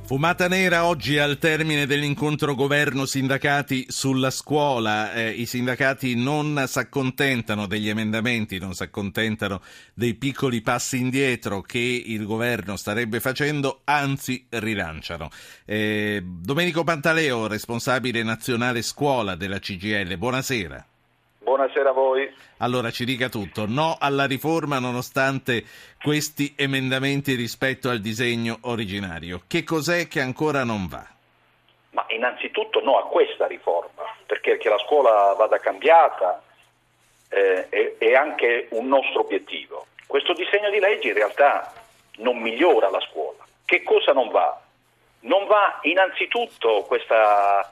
Fumata nera oggi al termine dell'incontro governo-sindacati sulla scuola. I sindacati non si accontentano degli emendamenti, non si accontentano dei piccoli passi indietro che il governo starebbe facendo, anzi rilanciano. Domenico Pantaleo, responsabile nazionale scuola della CGIL, buonasera. Buonasera a voi. Allora ci dica tutto, no alla riforma nonostante questi emendamenti rispetto al disegno originario. Che cos'è che ancora non va? Ma innanzitutto no a questa riforma, perché che la scuola vada cambiata è anche un nostro obiettivo. Questo disegno di legge in realtà non migliora la scuola. Che cosa non va? Non va innanzitutto questa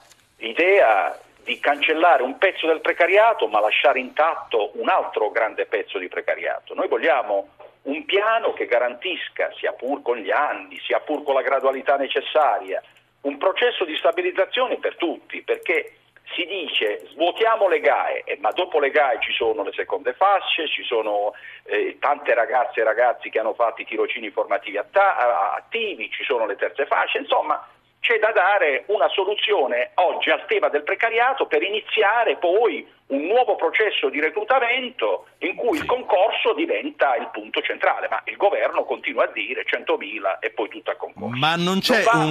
idea di cancellare un pezzo del precariato ma lasciare intatto un altro grande pezzo di precariato. Noi vogliamo un piano che garantisca, sia pur con gli anni, sia pur con la gradualità necessaria, un processo di stabilizzazione per tutti, perché si dice svuotiamo le GAE, ma dopo le GAE ci sono le seconde fasce, ci sono tante ragazze e ragazzi che hanno fatto i tirocini formativi attivi, ci sono le terze fasce, insomma c'è da dare una soluzione oggi al tema del precariato per iniziare poi un nuovo processo di reclutamento in cui il concorso diventa il punto centrale, ma il governo continua a dire 100.000 e poi tutto a concorso. Ma non c'è un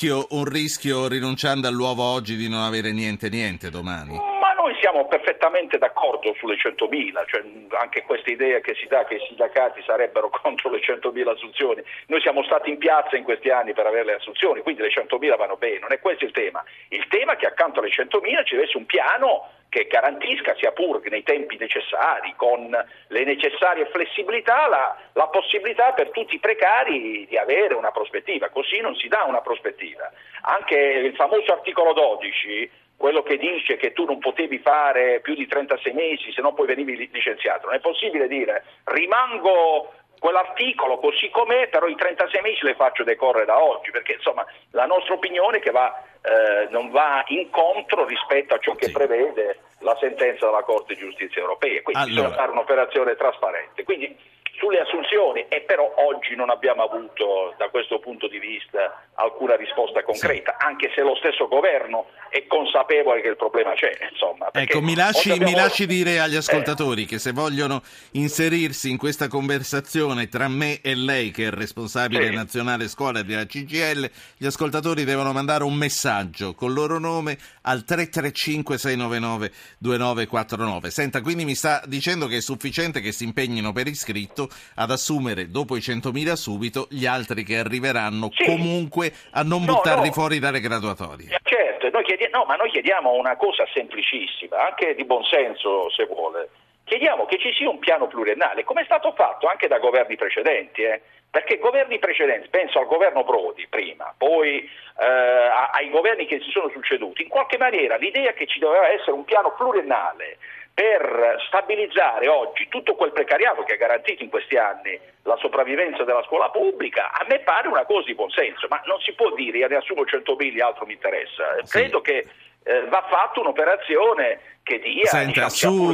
rischio rinunciando all'uovo oggi di non avere niente domani? Ma noi siamo perfettamente d'accordo sulle 100.000, cioè anche questa idea che si dà che i sindacati sarebbero contro le 100.000 assunzioni. Noi siamo stati in piazza in questi anni per avere le assunzioni, quindi le 100.000 vanno bene, non è questo il tema. Il tema è che accanto alle 100.000 ci deve essere un piano che garantisca, sia pur nei tempi necessari, con le necessarie flessibilità, la possibilità per tutti i precari di avere una prospettiva. Così non si dà una prospettiva. Anche il famoso articolo 12, quello che dice che tu non potevi fare più di 36 mesi se no poi venivi licenziato. Non è possibile dire rimango quell'articolo così com'è, però i 36 mesi le faccio decorrere da oggi, perché insomma la nostra opinione è che non va incontro rispetto a ciò che prevede la sentenza della Corte di Giustizia Europea, quindi bisogna fare un'operazione trasparente. Quindi sulle assunzioni, e però oggi non abbiamo avuto da questo punto di vista alcuna risposta concreta, anche se lo stesso governo è consapevole che il problema c'è, insomma. Ecco, mi lasci dire agli ascoltatori che se vogliono inserirsi in questa conversazione tra me e lei, che è il responsabile nazionale scuola della CGIL, gli ascoltatori devono mandare un messaggio con il loro nome al 335 699 2949. Senta, quindi mi sta dicendo che è sufficiente che si impegnino per iscritto ad assumere dopo i 100.000 subito gli altri che arriveranno comunque a non buttarli fuori dalle graduatorie. Certo, noi chiediamo una cosa semplicissima, anche di buonsenso se vuole. Chiediamo che ci sia un piano pluriennale, come è stato fatto anche da governi precedenti, perché governi precedenti, penso al governo Prodi prima, poi ai governi che si sono succeduti, in qualche maniera l'idea che ci doveva essere un piano pluriennale per stabilizzare oggi tutto quel precariato che ha garantito in questi anni la sopravvivenza della scuola pubblica, a me pare una cosa di buonsenso, ma non si può dire io ne assumo 100.000, altro mi interessa. Credo che va fatta un'operazione che dia... Senta,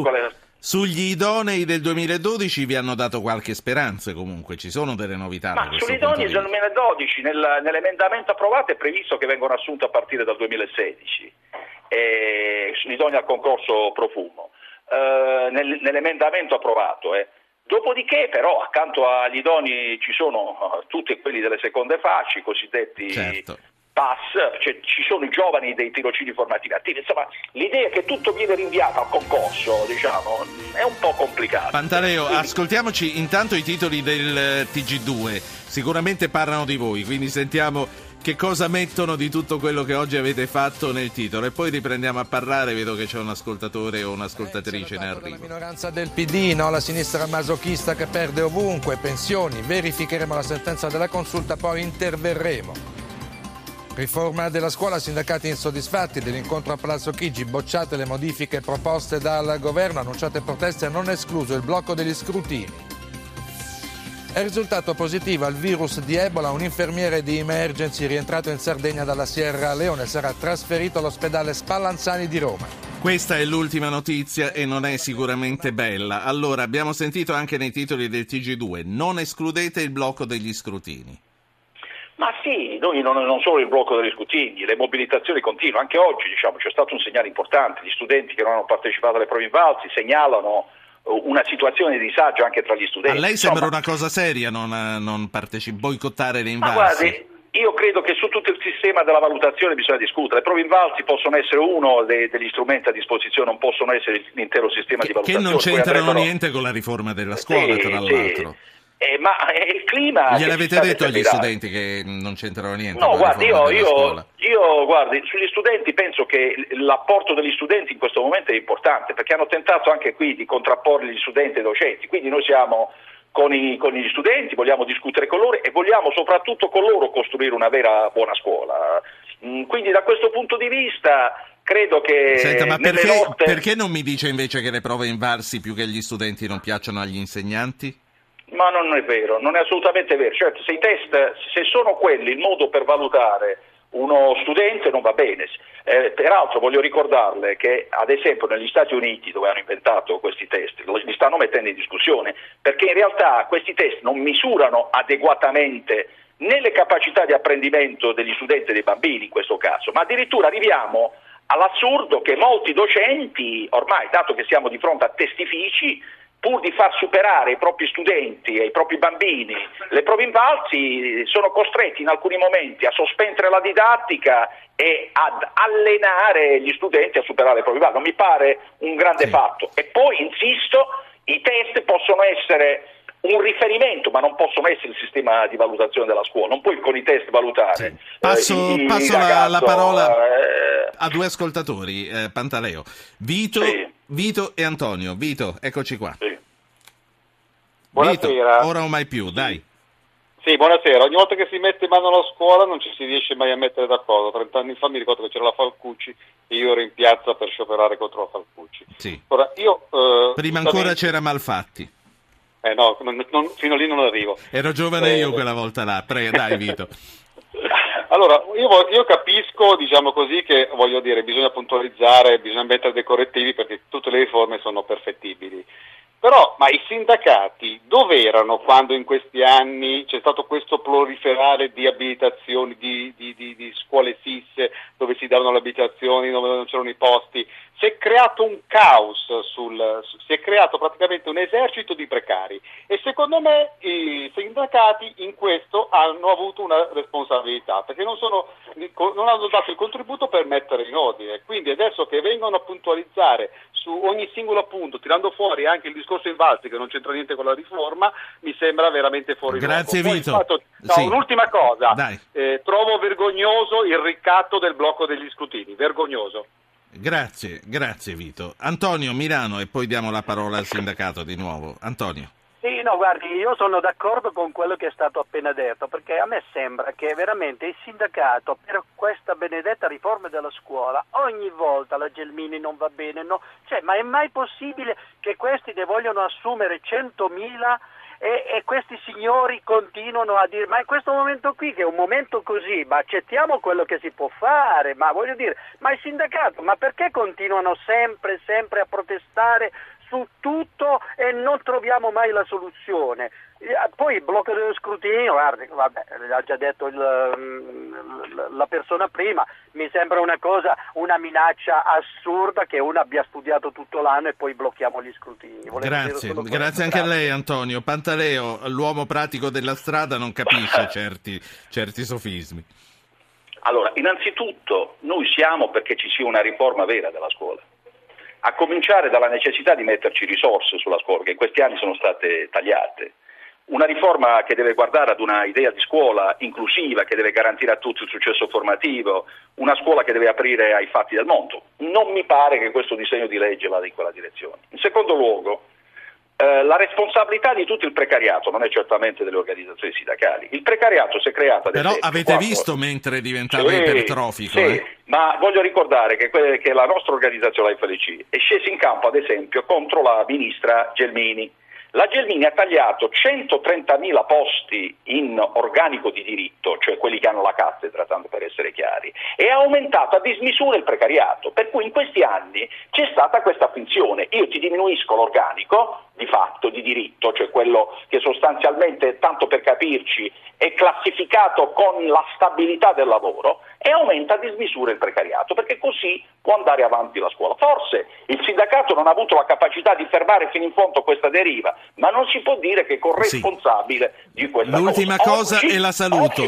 sugli idonei del 2012 vi hanno dato qualche speranza comunque, ci sono delle novità? Ma sugli idonei del 2012 nell'emendamento approvato è previsto che vengano assunti a partire dal 2016, sugli idonei al concorso profumo. Nell'emendamento approvato. Dopodiché però accanto agli idonei ci sono tutti quelli delle seconde fasce, i cosiddetti PAS, ci sono i giovani dei tirocini formativi attivi, insomma l'idea che tutto viene rinviato al concorso, diciamo, è un po' complicato. Pantaleo, ascoltiamoci intanto i titoli del TG2, sicuramente parlano di voi, quindi sentiamo che cosa mettono di tutto quello che oggi avete fatto nel titolo e poi riprendiamo a parlare. Vedo che c'è un ascoltatore o un'ascoltatrice in arrivo. La minoranza del PD, no? La sinistra masochista che perde ovunque, pensioni, verificheremo la sentenza della consulta, poi interverremo. Riforma della scuola, sindacati insoddisfatti dell'incontro a Palazzo Chigi, bocciate le modifiche proposte dal governo, annunciate proteste, non escluso il blocco degli scrutini. È risultato positivo al virus di Ebola un infermiere di Emergency rientrato in Sardegna dalla Sierra Leone, sarà trasferito all'ospedale Spallanzani di Roma. Questa è l'ultima notizia e non è sicuramente bella. Allora, abbiamo sentito anche nei titoli del TG2, non escludete il blocco degli scrutini. Ma sì, noi non solo il blocco degli scrutini, le mobilitazioni continuano, anche oggi c'è stato un segnale importante, gli studenti che non hanno partecipato alle prove invalsi segnalano una situazione di disagio anche tra gli studenti. A lei sembra una cosa seria non boicottare le Ma invalsi? guardi, io credo che su tutto il sistema della valutazione bisogna discutere. Le prove invalsi possono essere uno degli strumenti a disposizione, non possono essere l'intero sistema di valutazione. Che non c'entrano niente con la riforma della scuola, tra l'altro. Ma il clima... Gliel'avete detto agli studenti che non c'entrano niente? No, con la guardi, riforma della scuola? guardi, sugli studenti penso che l'apporto degli studenti in questo momento è importante, perché hanno tentato anche qui di contrapporre gli studenti ai docenti, quindi noi siamo con gli studenti, vogliamo discutere con loro e vogliamo soprattutto con loro costruire una vera buona scuola. Quindi da questo punto di vista credo che... Senta, ma perché non mi dice invece che le prove invalsi più che gli studenti non piacciono agli insegnanti? Ma non è vero, non è assolutamente vero. Certo, se i test, se sono quelli il modo per valutare uno studente non va bene. Peraltro voglio ricordarle che ad esempio negli Stati Uniti, dove hanno inventato questi test, li stanno mettendo in discussione, perché in realtà questi test non misurano adeguatamente né le capacità di apprendimento degli studenti e dei bambini in questo caso, ma addirittura arriviamo all'assurdo che molti docenti, ormai dato che siamo di fronte a testifici, pur di far superare ai propri studenti e ai propri bambini le prove invalsi, sono costretti in alcuni momenti a sospendere la didattica e ad allenare gli studenti a superare le prove invalsi. Non mi pare un grande fatto. E poi, insisto, i test possono essere un riferimento, ma non possono essere il sistema di valutazione della scuola. Non puoi con i test valutare. Sì. Passo la parola a due ascoltatori, Pantaleo. Vito e Antonio. Vito, eccoci qua. Sì. Buonasera. Vito, ora o mai più, dai. Sì, buonasera. Ogni volta che si mette in mano alla scuola non ci si riesce mai a mettere d'accordo. 30 anni fa mi ricordo che c'era la Falcucci e io ero in piazza per scioperare contro la Falcucci. Sì. Ora, prima ancora c'era Malfatti. No, fino lì non arrivo. Ero giovane io quella volta là. Prego, dai Vito. Allora, io capisco, diciamo così, che voglio dire, bisogna puntualizzare, bisogna mettere dei correttivi perché tutte le riforme sono perfettibili. Però, ma i sindacati dove erano quando in questi anni c'è stato questo proliferare di abilitazioni, di scuole fisse, dove si davano le abilitazioni, dove non c'erano i posti? Si è creato un caos, si è creato praticamente un esercito di precari e secondo me i sindacati in questo hanno avuto una responsabilità perché non hanno dato il contributo per mettere in ordine. Quindi adesso che vengono a puntualizzare su ogni singolo punto, tirando fuori anche il discorso invalsi che non c'entra niente con la riforma, mi sembra veramente fuori luogo. Grazie Vito. Sì. Un'ultima cosa, Dai. Trovo vergognoso il ricatto del blocco degli scrutini, vergognoso. Grazie Vito. Antonio, Milano, e poi diamo la parola al sindacato di nuovo. Antonio. Sì, no, guardi, io sono d'accordo con quello che è stato appena detto, perché a me sembra che veramente il sindacato per questa benedetta riforma della scuola ogni volta la Gelmini non va bene, no? Ma è mai possibile che questi ne vogliono assumere 100.000 e questi signori continuano a dire ma in questo momento qui che è un momento così, ma accettiamo quello che si può fare, ma voglio dire, ma il sindacato, ma perché continuano sempre a protestare su tutto e non troviamo mai la soluzione? Poi il blocco dello scrutinio, guarda, vabbè, l'ha già detto la persona prima, mi sembra una minaccia assurda che uno abbia studiato tutto l'anno e poi blocchiamo gli scrutini. Grazie anche a lei Antonio. Pantaleo, l'uomo pratico della strada, non capisce certi sofismi. Allora, innanzitutto noi siamo perché ci sia una riforma vera della scuola, a cominciare dalla necessità di metterci risorse sulla scuola che in questi anni sono state tagliate. Una riforma che deve guardare ad una idea di scuola inclusiva, che deve garantire a tutti il successo formativo, una scuola che deve aprire ai fatti del mondo. Non mi pare che questo disegno di legge vada in quella direzione. In secondo luogo, la responsabilità di tutto il precariato non è certamente delle organizzazioni sindacali. Il precariato si è creato... Però avete visto mentre diventava ipertrofico. Sì, ma voglio ricordare che la nostra organizzazione, la FLC, è scesa in campo ad esempio contro la ministra Gelmini. La Gelmini ha tagliato 130.000 posti in organico di diritto, cioè quelli che hanno la cattedra, tanto per essere essere chiari, è aumentato a dismisura il precariato, per cui in questi anni c'è stata questa finzione: io ti diminuisco l'organico di fatto, di diritto, cioè quello che sostanzialmente, tanto per capirci, è classificato con la stabilità del lavoro, e aumenta a dismisura il precariato, perché così può andare avanti la scuola. Forse il sindacato non ha avuto la capacità di fermare fino in fondo questa deriva, ma non si può dire che è corresponsabile di questa L'ultima cosa e la saluto.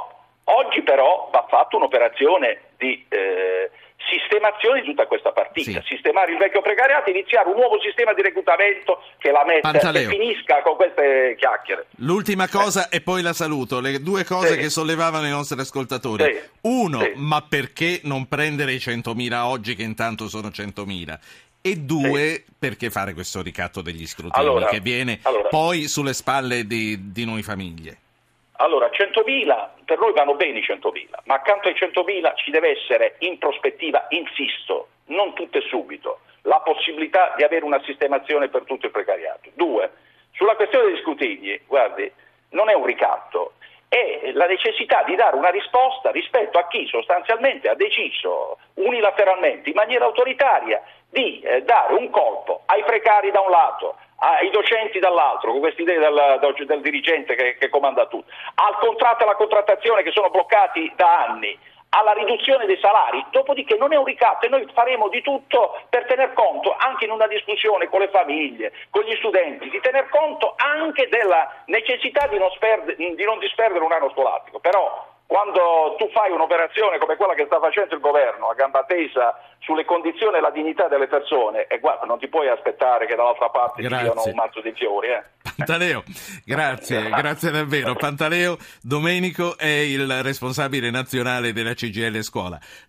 Oggi però va fatta un'operazione di sistemazione di tutta questa partita, sistemare il vecchio precariato, iniziare un nuovo sistema di reclutamento che la metta e finisca con queste chiacchiere. L'ultima cosa e poi la saluto, le due cose che sollevavano i nostri ascoltatori. Uno, ma perché non prendere i 100.000 oggi che intanto sono 100.000? E due, perché fare questo ricatto degli scrutini che viene poi sulle spalle di noi famiglie? Allora, 100.000, per noi vanno bene i 100.000, ma accanto ai 100.000 ci deve essere in prospettiva, insisto, non tutto e subito, la possibilità di avere una sistemazione per tutto il precariato. Due, sulla questione degli scrutini, guardi, non è un ricatto, è la necessità di dare una risposta rispetto a chi sostanzialmente ha deciso unilateralmente, in maniera autoritaria, di dare un colpo ai precari da un lato, ai docenti dall'altro, con questa idea del dirigente che comanda tutto, al contratto e alla contrattazione che sono bloccati da anni, alla riduzione dei salari. Dopodiché non è un ricatto, e noi faremo di tutto per tener conto, anche in una discussione con le famiglie, con gli studenti, di tener conto anche della necessità di non disperdere un anno scolastico. Però quando tu fai un'operazione come quella che sta facendo il governo a gamba tesa sulle condizioni e la dignità delle persone, e guarda, non ti puoi aspettare che dall'altra parte ci siano un mazzo di fiori. Pantaleo, grazie davvero. Pantaleo Domenico è il responsabile nazionale della CGIL Scuola.